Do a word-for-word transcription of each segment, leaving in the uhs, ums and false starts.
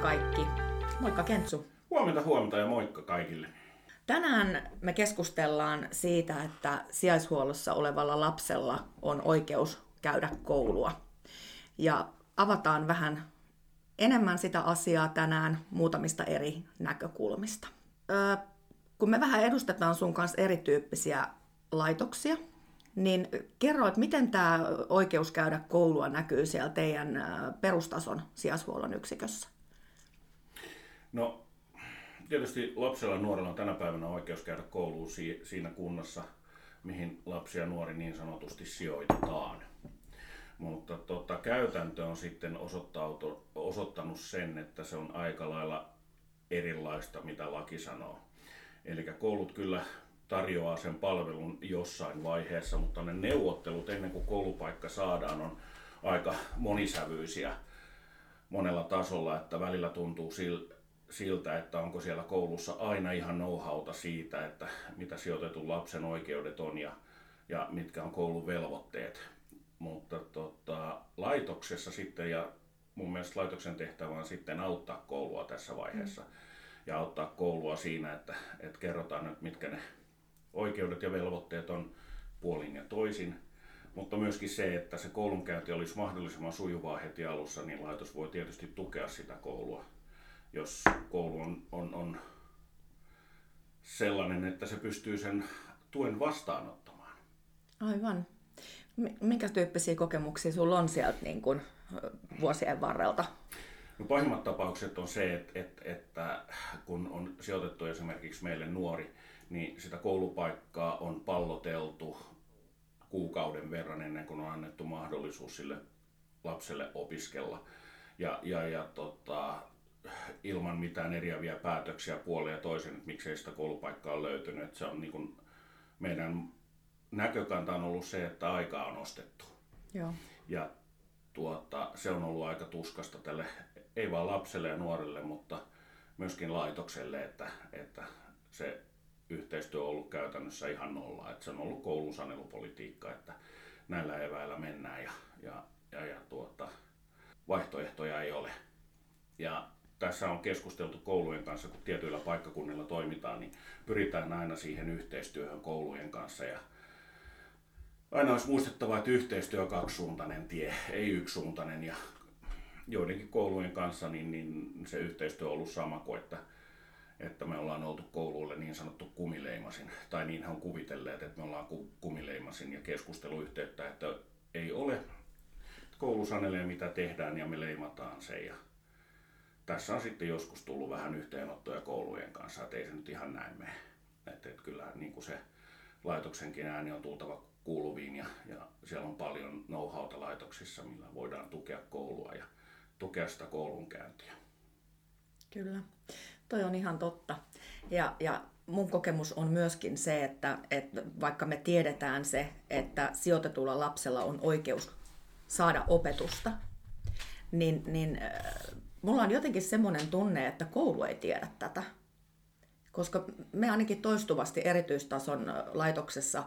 kaikki. Moikka Kentsu. Huomenta, huomenta ja moikka kaikille. Tänään me keskustellaan siitä, että sijaishuollossa olevalla lapsella on oikeus käydä koulua. Ja avataan vähän enemmän sitä asiaa tänään muutamista eri näkökulmista. Öö, kun me vähän edustetaan sun kanssa erityyppisiä laitoksia, niin kerro, että miten tämä oikeus käydä koulua näkyy siellä teidän perustason sijaishuollon yksikössä? No, tietysti lapsella ja nuorella on tänä päivänä oikeus käydä kouluun siinä kunnassa, mihin lapsi ja nuori niin sanotusti sijoitetaan. Mutta tota, käytäntö on sitten osoittanut sen, että se on aika lailla erilaista, mitä laki sanoo. Eli koulut kyllä tarjoaa sen palvelun jossain vaiheessa, mutta ne neuvottelut ennen kuin koulupaikka saadaan on aika monisävyisiä monella tasolla, että välillä tuntuu siltä, että onko siellä koulussa aina ihan know-howta siitä, että mitä sijoitetun lapsen oikeudet on ja, ja mitkä on koulun velvoitteet. Mutta tota, laitoksessa sitten, ja mun mielestä laitoksen tehtävä on sitten auttaa koulua tässä vaiheessa mm. ja auttaa koulua siinä, että, että kerrotaan nyt mitkä ne oikeudet ja velvoitteet on puolin ja toisin, mutta myöskin se, että se koulunkäynti olisi mahdollisimman sujuvaa heti alussa, niin laitos voi tietysti tukea sitä koulua, jos koulu on, on, on sellainen, että se pystyy sen tuen vastaanottamaan. Aivan. Minkä tyyppisiä kokemuksia sulla on sieltä niin kuin vuosien varrelta? No, pahimmat tapaukset on se, että, että, että kun on sijoitettu esimerkiksi meille nuori, niin sitä koulupaikkaa on palloteltu kuukauden verran ennen kuin on annettu mahdollisuus sille lapselle opiskella. Ja, ja, ja tota, ilman mitään eriäviä päätöksiä puoleen ja toisen, että miksei sitä koulupaikkaa on löytynyt. Että se on niin kuin meidän näkökanta on ollut se, että aikaa on ostettu. Joo. Ja tuota, se on ollut aika tuskasta tälle, ei vain lapselle ja nuorelle, mutta myöskin laitokselle, että, että se yhteistyö on ollut käytännössä ihan nolla. Että se on ollut koulun sanelupolitiikka, että näillä eväillä mennään ja, ja, ja, ja tuota, vaihtoehtoja ei ole. Ja tässä on keskusteltu koulujen kanssa, kun tietyillä paikkakunnilla toimitaan, niin pyritään aina siihen yhteistyöhön koulujen kanssa. Ja aina olisi muistettava, että yhteistyö on kaksisuuntainen tie, ei yksisuuntainen. Ja joidenkin koulujen kanssa niin, niin se yhteistyö on ollut sama kuin, että, että me ollaan oltu kouluille niin sanottu kumileimasin. Tai niin he on kuvitelleet, että me ollaan kumileimasin ja keskusteluyhteyttä, että ei ole. Koulu sanelee mitä tehdään ja me leimataan se. Ja tässä on sitten joskus tullut vähän yhteenottoja koulujen kanssa, että ei se nyt ihan näin mene. Että, että kyllä niin kuin se laitoksenkin ääni on tultava kuuluviin ja, ja siellä on paljon know-howta laitoksissa, millä voidaan tukea koulua ja tukea sitä koulunkäyntiä. Kyllä, toi on ihan totta. Ja, ja mun kokemus on myöskin se, että, että vaikka me tiedetään se, että sijoitetulla lapsella on oikeus saada opetusta, niin, niin äh, mulla on jotenkin semmoinen tunne, että koulu ei tiedä tätä. Koska me ainakin toistuvasti erityistason laitoksessa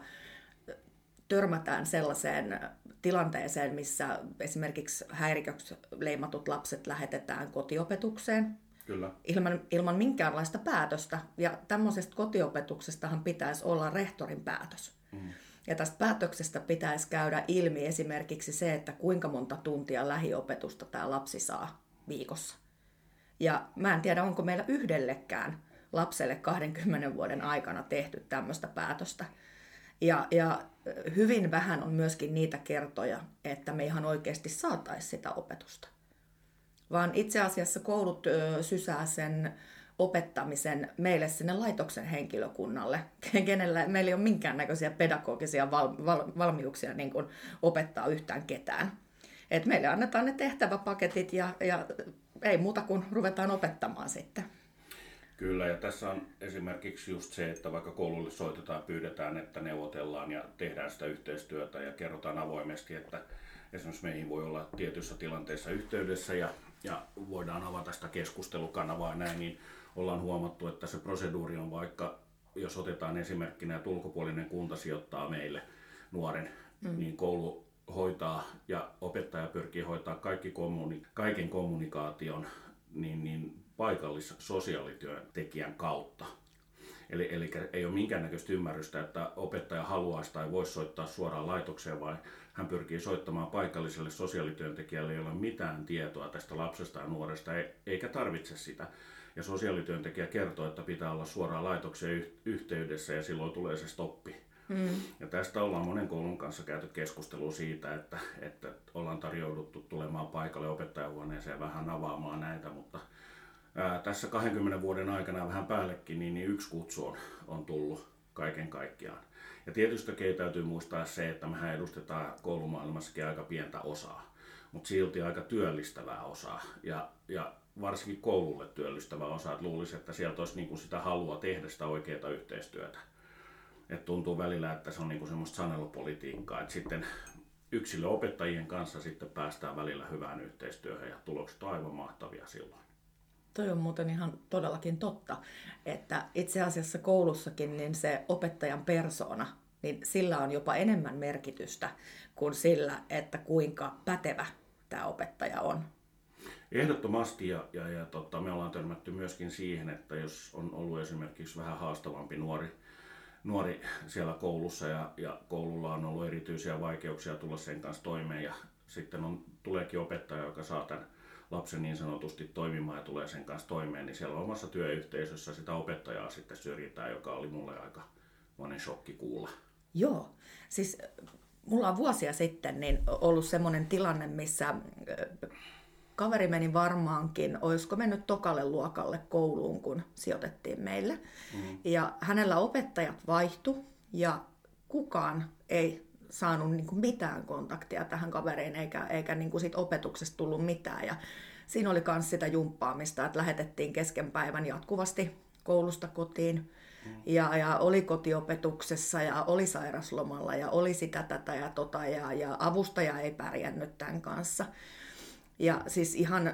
törmätään sellaiseen tilanteeseen, missä esimerkiksi häiriköksi leimatut lapset lähetetään kotiopetukseen. Kyllä. Ilman, ilman minkäänlaista päätöstä. Ja tämmöisestä kotiopetuksestahan pitäisi olla rehtorin päätös. Mm. Ja tästä päätöksestä pitäisi käydä ilmi esimerkiksi se, että kuinka monta tuntia lähiopetusta tämä lapsi saa viikossa. Ja mä en tiedä, onko meillä yhdellekään lapselle kahdenkymmenen vuoden aikana tehty tämmöistä päätöstä. Ja, ja hyvin vähän on myöskin niitä kertoja, että me ihan oikeasti saataisiin sitä opetusta. Vaan itse asiassa koulut sysää sen opettamisen meille sinne laitoksen henkilökunnalle, kenellä meillä ei ole minkäännäköisiä pedagogisia val, val, valmiuksia niin kuin opettaa yhtään ketään. Et meille annetaan ne tehtäväpaketit ja, ja ei muuta kuin ruvetaan opettamaan sitten. Kyllä, ja tässä on esimerkiksi just se, että vaikka koululle soitetaan, pyydetään, että neuvotellaan ja tehdään sitä yhteistyötä ja kerrotaan avoimesti, että esimerkiksi meihin voi olla tietyissä tilanteissa yhteydessä ja, ja voidaan avata sitä keskustelukanavaa näin, niin ollaan huomattu, että se proseduuri on vaikka, jos otetaan esimerkkinä, että ulkopuolinen kunta sijoittaa meille nuoren, mm. niin koulu hoitaa ja opettaja pyrkii hoitaa kaikki kommuni- kaiken kommunikaation niin, niin paikallissosiaalityöntekijän kautta. Eli, eli ei ole minkäännäköistä ymmärrystä, että opettaja haluaisi tai voisi soittaa suoraan laitokseen, vaan hän pyrkii soittamaan paikalliselle sosiaalityöntekijälle, jolla ei ole mitään tietoa tästä lapsesta ja nuoresta, eikä tarvitse sitä. Ja sosiaalityöntekijä kertoo, että pitää olla suoraan laitokseen yhteydessä ja silloin tulee se stoppi. Mm. Ja tästä ollaan monen koulun kanssa käyty keskustelua siitä, että, että ollaan tarjouduttu tulemaan paikalle opettajahuoneeseen vähän avaamaan näitä, mutta ää, tässä kahdenkymmenen vuoden aikana vähän päällekin, niin, niin yksi kutsu on, on tullut kaiken kaikkiaan. Ja tietysti täytyy muistaa se, että mehän edustetaan koulumaailmassakin aika pientä osaa, mutta silti aika työllistävää osaa. Ja, ja varsinkin koululle työllistävää osaa, että luulisi, että sieltä olisi niin kuin sitä halua tehdä sitä oikeaa yhteistyötä. Et tuntuu välillä, että se on niinku semmoista sanelupolitiikkaa, että sitten yksilöopettajien kanssa sitten päästään välillä hyvään yhteistyöhön ja tulokset on aivan mahtavia silloin. Toi on muuten ihan todellakin totta, että itse asiassa koulussakin niin se opettajan persoona, niin sillä on jopa enemmän merkitystä kuin sillä, että kuinka pätevä tämä opettaja on. Ehdottomasti ja, ja, ja tota, me ollaan törmätty myöskin siihen, että jos on ollut esimerkiksi vähän haastavampi nuori, nuori siellä koulussa ja, ja koululla on ollut erityisiä vaikeuksia tulla sen kanssa toimeen ja sitten on, tuleekin opettaja, joka saa tämän lapsen niin sanotusti toimimaan ja tulee sen kanssa toimeen, niin siellä omassa työyhteisössä sitä opettajaa sitten syrjitään, joka oli mulle aika monen shokki kuulla. Joo, siis mulla on vuosia sitten niin ollut semmoinen tilanne, missä kaveri meni varmaankin, olisiko mennyt tokalle luokalle kouluun, kun sijoitettiin meille. Mm. Ja hänellä opettajat vaihtui ja kukaan ei saanut niin kuin mitään kontaktia tähän kaveriin, eikä, eikä niin kuin siitä opetuksesta tullut mitään. Ja siinä oli myös sitä jumppaamista, että lähetettiin kesken päivän jatkuvasti koulusta kotiin. Mm. Ja, ja oli kotiopetuksessa ja oli sairaslomalla ja oli sitä tätä ja tota ja, ja avustaja ei pärjännyt tämän kanssa. Ja siis ihan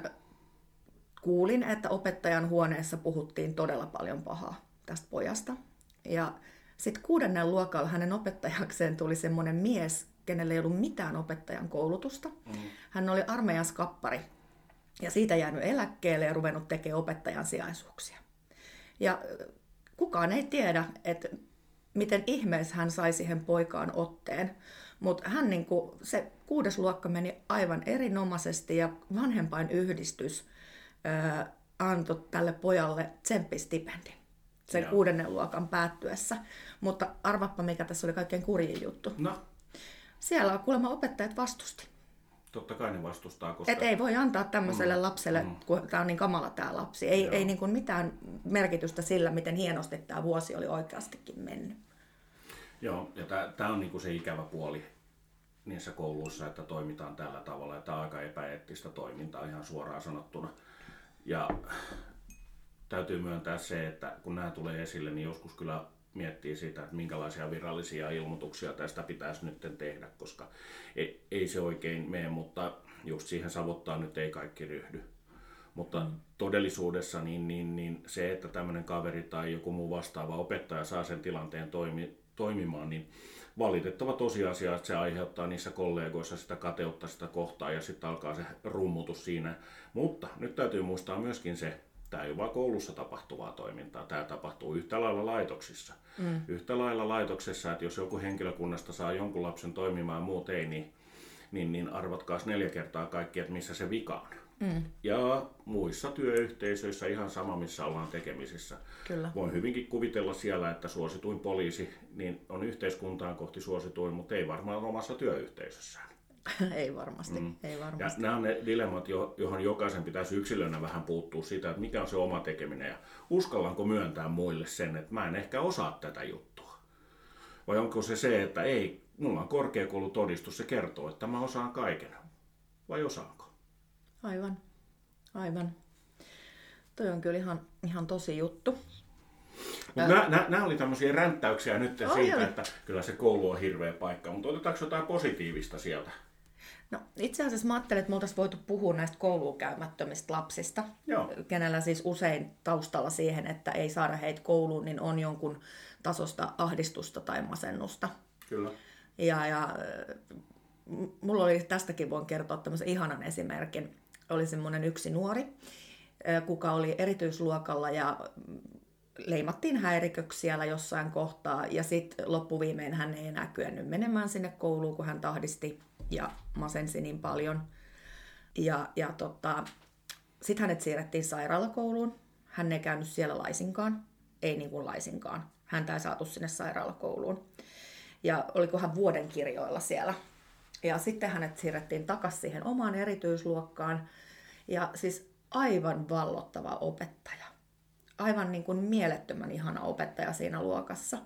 kuulin, että opettajan huoneessa puhuttiin todella paljon pahaa tästä pojasta. Ja sitten kuudennen luokalla hänen opettajakseen tuli semmoinen mies, kenelle ei ollut mitään opettajan koulutusta. Mm. Hän oli armeijan skappari ja siitä jäänyt eläkkeelle ja ruvennut tekemään opettajan sijaisuuksia. Ja kukaan ei tiedä, että miten ihmeessä hän sai siihen poikaan otteen. Mutta hän niinku, se kuudes luokka meni aivan erinomaisesti ja vanhempain yhdistys ää, antoi tälle pojalle tsemppistipendin sen Joo. kuudennen luokan päättyessä. Mutta arvappa, mikä tässä oli kaikkein kurjin juttu. No. Siellä kuulemma opettajat vastusti. Totta kai ne vastustaa, koska... Et ei voi antaa tämmöiselle mm. lapselle, mm. kun tämä on niin kamala tämä lapsi. Ei, ei niin kuin mitään merkitystä sillä, miten hienosti tämä vuosi oli oikeastikin mennyt. Joo, ja tämä on niinku se ikävä puoli niissä kouluissa, että toimitaan tällä tavalla. Ja tämä on aika epäeettistä toimintaa ihan suoraan sanottuna. Ja täytyy myöntää se, että kun nämä tulee esille, niin joskus kyllä miettii sitä, että minkälaisia virallisia ilmoituksia tästä pitäisi nyt tehdä, koska ei, ei se oikein mene, mutta just siihen savottaa nyt ei kaikki ryhdy. Mutta mm. todellisuudessa niin, niin, niin se, että tämmöinen kaveri tai joku muu vastaava opettaja saa sen tilanteen toimi, toimimaan, niin valitettava tosiasia, että se aiheuttaa niissä kollegoissa sitä kateutta sitä kohtaa ja sitten alkaa se rummutus siinä. Mutta nyt täytyy muistaa myöskin se, tämä ei ole vain koulussa tapahtuvaa toimintaa, tämä tapahtuu yhtä lailla laitoksissa. Mm. Yhtä lailla laitoksessa, että jos joku henkilökunnasta saa jonkun lapsen toimimaan ja muut ei, niin, niin, niin arvatkaas neljä kertaa kaikki, että missä se vika on. Mm. Ja muissa työyhteisöissä ihan sama, missä ollaan tekemisissä. Kyllä. Voin hyvinkin kuvitella siellä, että suosituin poliisi niin on yhteiskuntaan kohti suosituin, mutta ei varmaan omassa työyhteisössään. Ei varmasti, mm. ei varmasti. Ja nämä on ne dilemmat, johon jokaisen pitäisi yksilönä vähän puuttua siitä, että mikä on se oma tekeminen ja uskallanko myöntää muille sen, että mä en ehkä osaa tätä juttua. Vai onko se se, että ei, mulla on korkeakoulutodistus, se kertoo, että mä osaan kaiken. Vai osaanko? Aivan, aivan. Toi on kyllä ihan, ihan tosi juttu. Nämä oli tämmöisiä ränttäyksiä nyt oh, siitä, että kyllä se koulu on hirveä paikka, mutta otetaanko jotain positiivista sieltä? No itse asiassa mä ajattelin, että me oltaisiin voitu puhua näistä kouluun käymättömistä lapsista, Joo. kenellä siis usein taustalla siihen, että ei saada heitä kouluun, niin on jonkun tasosta ahdistusta tai masennusta. Kyllä. Ja, ja mulla oli, tästäkin voin kertoa tämmöisen ihanan esimerkin, oli semmoinen yksi nuori, kuka oli erityisluokalla ja leimattiin häiriköksi siellä jossain kohtaa. Ja sitten loppuviimein hän ei enää kyennyt menemään sinne kouluun, kun hän tahdisti ja masensi niin paljon. Ja, ja tota, sitten hänet siirrettiin sairaalakouluun. Hän ei käynyt siellä laisinkaan. Ei niin kuin laisinkaan. Häntä ei saatu sinne sairaalakouluun. Ja olikohan vuoden kirjoilla siellä. Ja sitten hänet siirrettiin takaisin siihen omaan erityisluokkaan. Ja siis aivan vallottava opettaja. Aivan niin kuin mielettömän ihana opettaja siinä luokassa.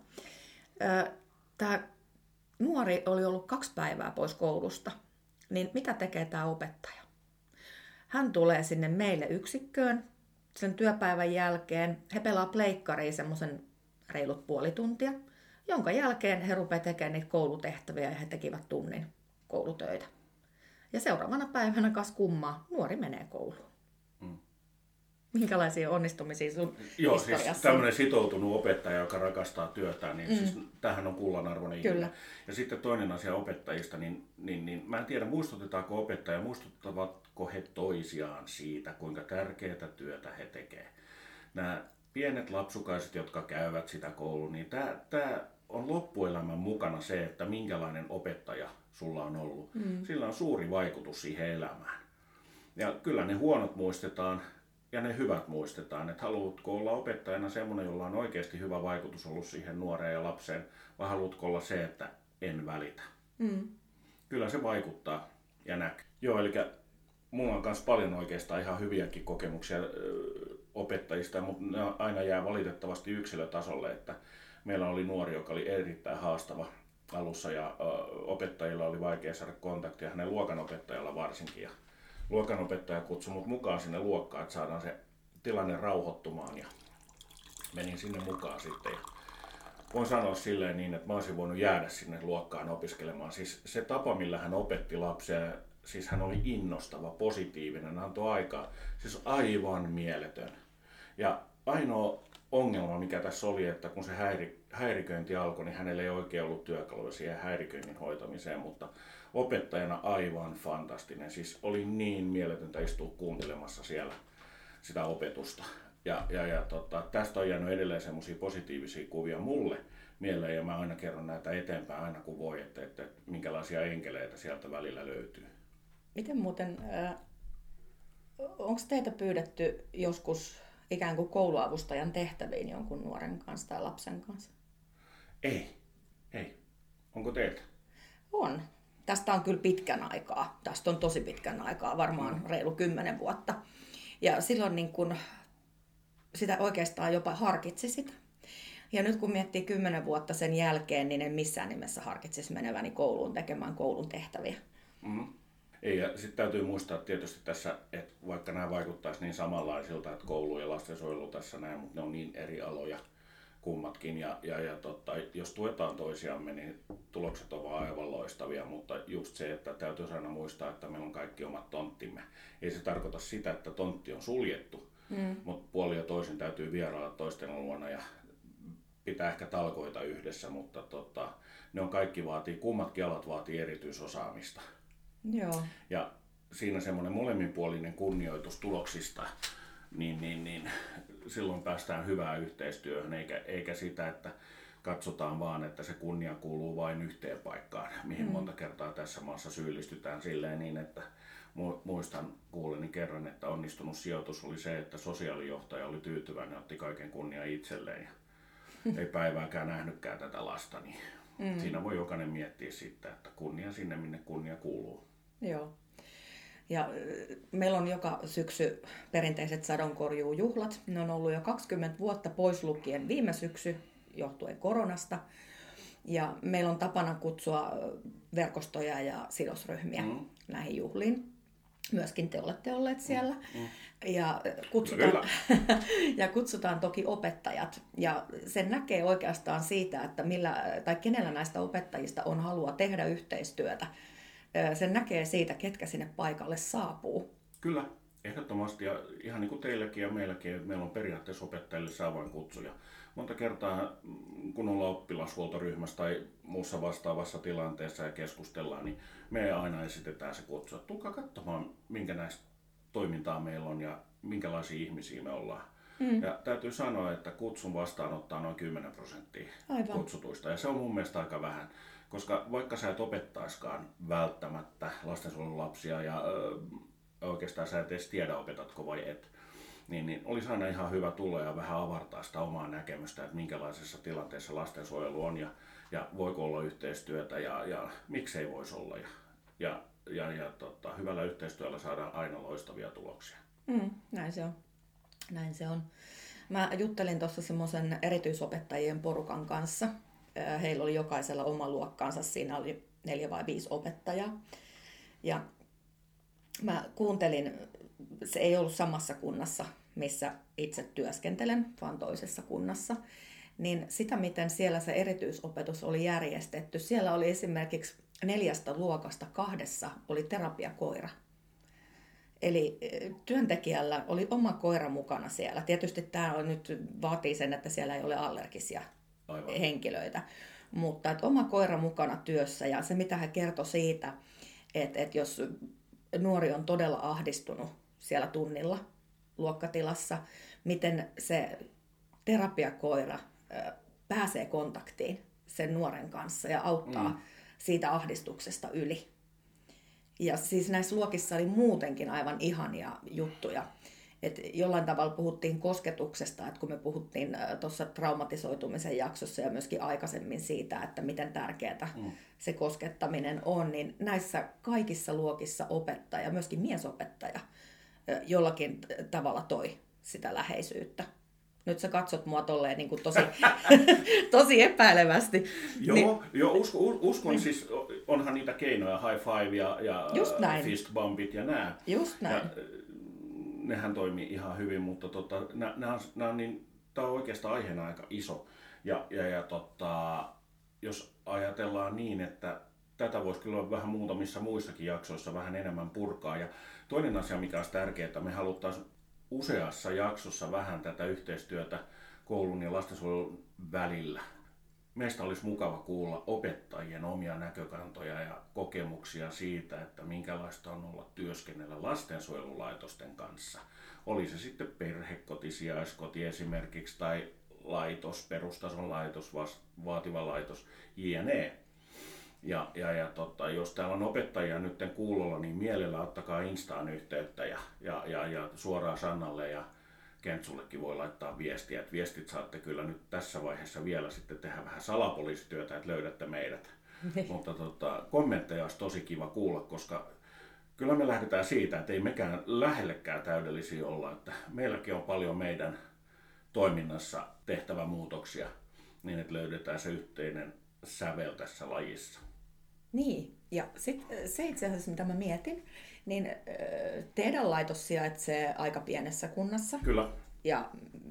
Tämä nuori oli ollut kaksi päivää pois koulusta. Niin mitä tekee tämä opettaja? Hän tulee sinne meille yksikköön sen työpäivän jälkeen. He pelaa pleikkariin semmoisen reilut puoli tuntia, jonka jälkeen he rupeavat tekemään niitä koulutehtäviä ja he tekivät tunnin koulutöitä. Ja seuraavana päivänä kas kummaa, nuori menee kouluun. Hmm. Minkälaisia onnistumisia sun Joo, historiassa siis tämmöinen sitoutunut opettaja, joka rakastaa työtään, niin mm. siis tämähän on kullanarvoinen Kyllä. ihminen. Ja sitten toinen asia opettajista, niin, niin, niin mä en tiedä muistutetaanko opettaja, muistuttavatko he toisiaan siitä, kuinka tärkeää työtä he tekevät. Nämä pienet lapsukaiset, jotka käyvät sitä koulua, niin tämä, tämä on loppuelämän mukana se, että minkälainen opettaja sulla on ollut. Mm. Sillä on suuri vaikutus siihen elämään. Ja kyllä ne huonot muistetaan ja ne hyvät muistetaan. Että haluatko olla opettajana semmoinen, jolla on oikeasti hyvä vaikutus ollut siihen nuoreen ja lapseen, vai haluatko olla se, että en välitä. Mm. Kyllä se vaikuttaa ja näkyy. Joo, eli mulla on myös paljon oikeastaan ihan hyviäkin kokemuksia opettajista, mutta ne aina jää valitettavasti yksilötasolle, että meillä oli nuori, joka oli erittäin haastava alussa ja opettajilla oli vaikea saada kontaktia, hänen luokanopettajalla varsinkin. Ja luokanopettaja kutsui mut mukaan sinne luokkaan, että saadaan se tilanne rauhoittumaan ja menin sinne mukaan sitten. Ja voin sanoa silleen niin, että mä olisin voinut jäädä sinne luokkaan opiskelemaan. Siis se tapa, millä hän opetti lapsia, siis hän oli innostava, positiivinen, antoi aikaa, siis aivan mieletön. Ja ainoa ongelma, mikä tässä oli, että kun se häiri, häiriköinti alkoi, niin hänellä ei oikein ollut työkaluja siihen häiriköinnin hoitamiseen, mutta opettajana aivan fantastinen. Siis oli niin mieletöntä istua kuuntelemassa siellä sitä opetusta. Ja, ja, ja tota, tästä on jäänyt edelleen semmoisia positiivisia kuvia mulle mieleen, ja mä aina kerron näitä eteenpäin aina kun voi, että, että minkälaisia enkeleitä sieltä välillä löytyy. Miten muuten, äh, onko teitä pyydetty joskus ikään kuin kouluavustajan tehtäviin jonkun nuoren kanssa tai lapsen kanssa? Ei, ei. Onko teiltä? On. Tästä on kyllä pitkän aikaa. Tästä on tosi pitkän aikaa, varmaan mm. reilu kymmenen vuotta. Ja silloin niin kun sitä oikeastaan jopa harkitsi sitä. Ja nyt kun miettii kymmenen vuotta sen jälkeen, niin en missään nimessä harkitsisi meneväni kouluun tekemään koulun tehtäviä. Mm. Ei, ja sitten täytyy muistaa tietysti tässä, että vaikka nämä vaikuttaisi niin samanlaisilta, että koulu ja lastensuojelu tässä näin, mutta ne on niin eri aloja kummatkin. Ja, ja, ja totta, jos tuetaan toisiamme, niin tulokset ovat aivan loistavia, mutta just se, että täytyy aina muistaa, että meillä on kaikki omat tonttimme. Ei se tarkoita sitä, että tontti on suljettu, mm. mutta puoli ja toisin täytyy vierailla toisten luona ja pitää ehkä talkoita yhdessä, mutta tota, ne on kaikki vaatii, kummatkin alat vaatii erityisosaamista. Joo. Ja siinä semmoinen molemminpuolinen kunnioitus tuloksista, niin, niin, niin silloin päästään hyvään yhteistyöhön, eikä, eikä sitä, että katsotaan vaan, että se kunnia kuuluu vain yhteen paikkaan, mihin mm. monta kertaa tässä maassa syyllistytään silleen niin, että muistan kuuleni kerran, että onnistunut sijoitus oli se, että sosiaalijohtaja oli tyytyväinen ja otti kaiken kunnia itselleen ja ei päivääkään nähnytkään tätä lasta, niin mm. siinä voi jokainen miettiä sitten, että kunnia sinne, minne kunnia kuuluu. Joo. Ja meillä on joka syksy perinteiset sadonkorjuujuhlat. Ne on ollut jo kaksikymmentä vuotta pois lukien viime syksy johtuen koronasta. Ja meillä on tapana kutsua verkostoja ja sidosryhmiä mm. näihin juhliin. Myöskin te olette olleet siellä. Mm. Ja, kutsutaan, ja kutsutaan toki opettajat. Ja sen näkee oikeastaan siitä, että millä, tai kenellä näistä opettajista on halua tehdä yhteistyötä. Sen näkee siitä, ketkä sinne paikalle saapuu. Kyllä, ehdottomasti. Ja ihan niin kuin teilläkin ja meilläkin, että meillä on periaatteessa opettajille saavan kutsuja. Monta kertaa, kun ollaan oppilashuoltoryhmässä tai muussa vastaavassa tilanteessa ja keskustellaan, niin me aina esitetään se kutsu, että tulkaa katsomaan, minkä näistä toimintaa meillä on ja minkälaisia ihmisiä me ollaan. Mm. Ja täytyy sanoa, että kutsun vastaanottaa noin kymmenen prosenttia Aivan. kutsutuista. Ja se on mun mielestä aika vähän. Koska vaikka sä et opettaiskaan välttämättä lastensuojelulapsia ja ö, oikeastaan sä et edes tiedä opetatko vai et, niin, niin olisi aina ihan hyvä tulla ja vähän avartaa sitä omaa näkemystä, että minkälaisessa tilanteessa lastensuojelu on ja, ja voiko olla yhteistyötä ja, ja miksei voisi olla. Ja, ja, ja, ja tota, hyvällä yhteistyöllä saadaan aina loistavia tuloksia. Mm, näin se on. Näin se on. Mä juttelin tuossa semmoisen erityisopettajien porukan kanssa. Heillä oli jokaisella oma luokkaansa, siinä oli neljä vai viisi opettajaa. Ja mä kuuntelin, se ei ollut samassa kunnassa, missä itse työskentelen, vaan toisessa kunnassa. Niin sitä, miten siellä se erityisopetus oli järjestetty, siellä oli esimerkiksi neljästä luokasta kahdessa oli terapiakoira. Eli työntekijällä oli oma koira mukana siellä. Tietysti tämä on nyt vaatii sen, että siellä ei ole allergisia Aivan. henkilöitä. Mutta että oma koira mukana työssä ja se mitä hän kertoi siitä, että, että jos nuori on todella ahdistunut siellä tunnilla luokkatilassa, miten se terapiakoira pääsee kontaktiin sen nuoren kanssa ja auttaa mm. siitä ahdistuksesta yli. Ja siis näissä luokissa oli muutenkin aivan ihania juttuja. Et jollain tavalla puhuttiin kosketuksesta, että kun me puhuttiin tuossa traumatisoitumisen jaksossa ja myöskin aikaisemmin siitä, että miten tärkeää mm. se koskettaminen on, niin näissä kaikissa luokissa opettaja, myöskin miesopettaja, jollakin tavalla toi sitä läheisyyttä. Nyt sä katsot mua tolleen niin kuin tosi, tosi epäilevästi. Joo, niin, jo, uskon, uskon niin. Siis onhan niitä keinoja, high five ja, ja fist bumpit ja nää. Just näin. Ja, nehän toimii ihan hyvin, mutta tota, nää, nää on, nää on niin, tää on oikeastaan aiheena aika iso. Ja, ja, ja tota, jos ajatellaan niin, että tätä voisi kyllä vähän muutamissa muissakin jaksoissa vähän enemmän purkaa. Ja toinen asia, mikä olisi tärkeää, että me haluttaisiin useassa jaksossa vähän tätä yhteistyötä koulun ja lastensuojelun välillä. Meistä olisi mukava kuulla opettajien omia näkökantoja ja kokemuksia siitä, että minkälaista on olla työskennellä lastensuojelulaitosten kanssa. Oli se sitten perhekoti, sijaiskoti esimerkiksi tai laitos, perustason laitos, vaativa laitos, jne. Ja, ja, ja tota, jos täällä on opettajia nyt kuulolla, niin mielellä ottakaa Instaan yhteyttä ja, ja, ja, ja suoraan Sannalle ja Kentsullekin voi laittaa viestiä. Et viestit saatte kyllä nyt tässä vaiheessa vielä sitten tehdä vähän salapoliisityötä, että löydätte meidät. Mutta tota, kommentteja olisi tosi kiva kuulla, koska kyllä me lähdetään siitä, että ei mekään lähellekään täydellisiä olla. Että meilläkin on paljon meidän toiminnassa tehtävä muutoksia niin, että löydetään se yhteinen sävel tässä lajissa. Niin, ja sit, se itse asiassa mitä mä mietin, niin teidän laitos sijaitsee aika pienessä kunnassa. Kyllä. Ja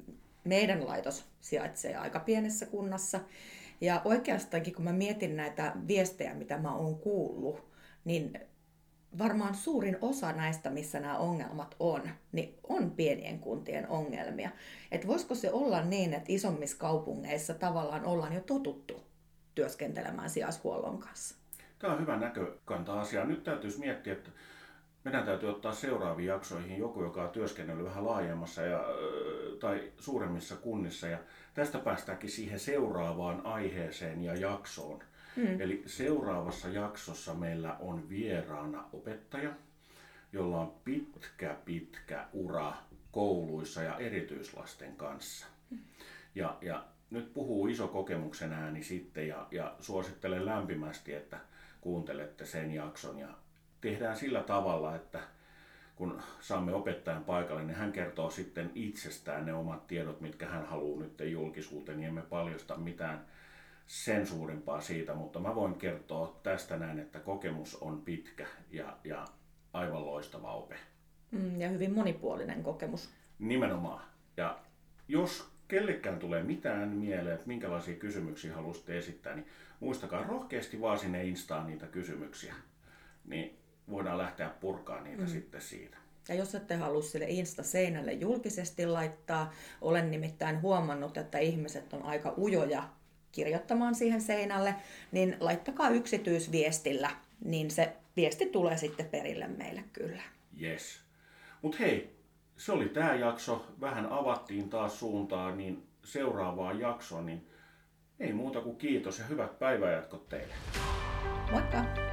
meidän laitos sijaitsee aika pienessä kunnassa. Ja oikeastaankin kun mä mietin näitä viestejä, mitä mä oon kuullut, niin varmaan suurin osa näistä, missä nämä ongelmat on, niin on pienien kuntien ongelmia. Että voisiko se olla niin, että isommissa kaupungeissa tavallaan ollaan jo totuttu työskentelemään sijaishuollon kanssa? Tämä on hyvä näkökanta asia. Nyt täytyisi miettiä, että meidän täytyy ottaa seuraaviin jaksoihin joku, joka on työskennellyt vähän laajemmassa ja, tai suuremmissa kunnissa. Ja tästä päästäänkin siihen seuraavaan aiheeseen ja jaksoon. Mm. Eli seuraavassa jaksossa meillä on vieraana opettaja, jolla on pitkä, pitkä ura kouluissa ja erityislasten kanssa. Mm. Ja, ja nyt puhuu iso kokemuksen ääni sitten ja, ja suosittelen lämpimästi, että kuuntelette sen jakson ja tehdään sillä tavalla, että kun saamme opettajan paikalle, niin hän kertoo sitten itsestään ne omat tiedot, mitkä hän haluaa nyt julkisuuteen, niin emme paljosta mitään sen suurimpaa siitä, mutta mä voin kertoa tästä näin, että kokemus on pitkä ja, ja aivan loistava ope. Mm, ja hyvin monipuolinen kokemus. Nimenomaan. Ja jos kellekään tulee mitään mieleen, että minkälaisia kysymyksiä haluaisitte esittää, niin muistakaa rohkeasti vaan sinne Instaan niitä kysymyksiä, niin voidaan lähteä purkaa niitä mm. sitten siitä. Ja jos ette halua sille Insta-seinälle julkisesti laittaa, olen nimittäin huomannut, että ihmiset on aika ujoja kirjoittamaan siihen seinälle, niin laittakaa yksityisviestillä, niin se viesti tulee sitten perille meille kyllä. Yes. Mutta hei, se oli tämä jakso. Vähän avattiin taas suuntaa, niin seuraavaan jaksoon, niin ei muuta kuin kiitos ja hyvät päivänjatkot teille. Moikka!